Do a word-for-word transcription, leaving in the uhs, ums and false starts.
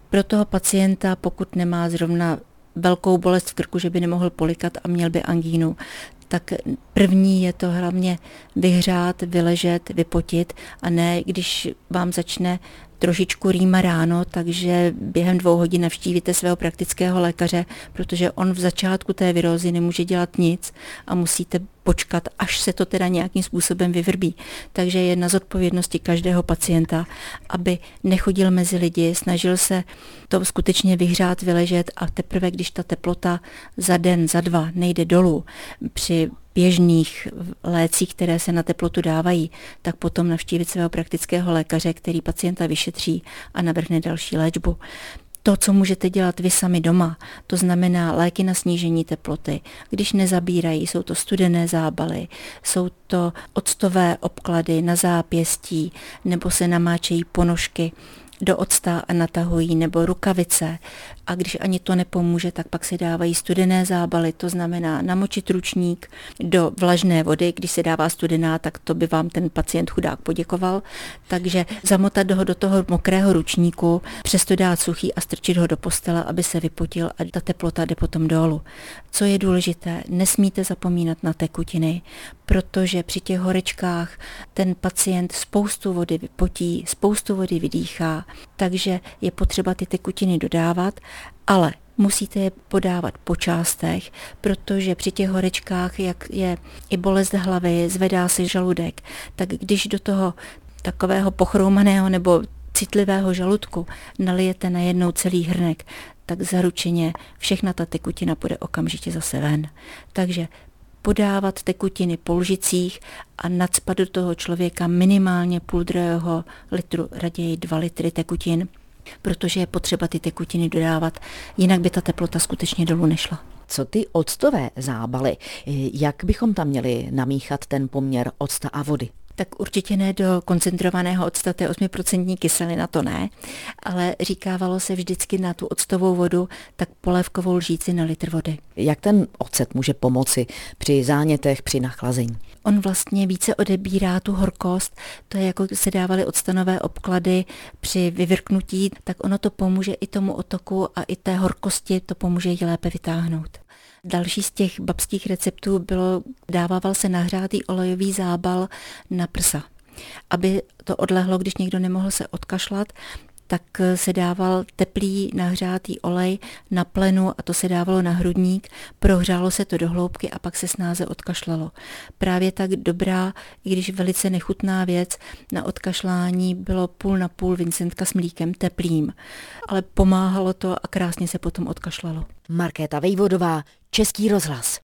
Pro toho pacienta, pokud nemá zrovna velkou bolest v krku, že by nemohl polikat a měl by angínu, tak první je to hlavně vyhřát, vyležet, vypotit a ne, když vám začne trošičku rýma ráno, takže během dvou hodin navštívíte svého praktického lékaře, protože on v začátku té virózy nemůže dělat nic a musíte počkat, až se to teda nějakým způsobem vyvrbí. Takže je na zodpovědnosti každého pacienta, aby nechodil mezi lidi, snažil se to skutečně vyhřát, vyležet a teprve, když ta teplota za den, za dva nejde dolů při běžných lécích, které se na teplotu dávají, tak potom navštívit svého praktického lékaře, který pacienta vyšetří a navrhne další léčbu. To, co můžete dělat vy sami doma, to znamená léky na snížení teploty. Když nezabírají, jsou to studené zábaly, jsou to octové obklady na zápěstí, nebo se namáčejí ponožky do octa a natahují, nebo rukavice. A když ani to nepomůže, tak pak se dávají studené zábaly, to znamená namočit ručník do vlažné vody. Když se dává studená, tak to by vám ten pacient chudák poděkoval. Takže zamotat ho do toho mokrého ručníku, přesto dát suchý a strčit ho do postele, aby se vypotil a ta teplota jde potom dolů. Co je důležité, nesmíte zapomínat na tekutiny, protože při těch horečkách ten pacient spoustu vody vypotí, spoustu vody vydýchá, takže je potřeba ty tekutiny dodávat, ale musíte je podávat po částech, protože při těch horečkách, jak je i bolest hlavy, zvedá se žaludek, tak když do toho takového pochroumaného nebo citlivého žaludku nalijete najednou celý hrnek, tak zaručeně všechna ta tekutina půjde okamžitě zase ven. Takže podávat tekutiny po lžicích a nacpat do toho člověka minimálně půl druhého litru, raději dva litry tekutin, protože je potřeba ty tekutiny dodávat, jinak by ta teplota skutečně dolů nešla. Co ty octové zábaly? Jak bychom tam měli namíchat ten poměr octa a vody? Tak určitě ne do koncentrovaného octa, to je osm procent kyselina, to ne, ale říkávalo se vždycky na tu octovou vodu, tak polévkovou lžíci na litr vody. Jak ten ocet může pomoci při zánětech, při nachlazení? On vlastně více odebírá tu horkost, to je jako se dávaly octanové obklady při vyvrknutí, tak ono to pomůže i tomu otoku a i té horkosti to může ji lépe vytáhnout. Další z těch babských receptů bylo, dával se nahřátý olejový zábal na prsa. Aby to odlehlo, když někdo nemohl se odkašlat, tak se dával teplý nahřátý olej na plenu a to se dávalo na hrudník, prohřálo se to do hloubky a pak se snáze odkašlalo. Právě tak dobrá, i když velice nechutná věc, na odkašlání bylo půl na půl vincentka s mlíkem teplým, ale pomáhalo to a krásně se potom odkašlalo. Markéta Vejvodová, Český rozhlas.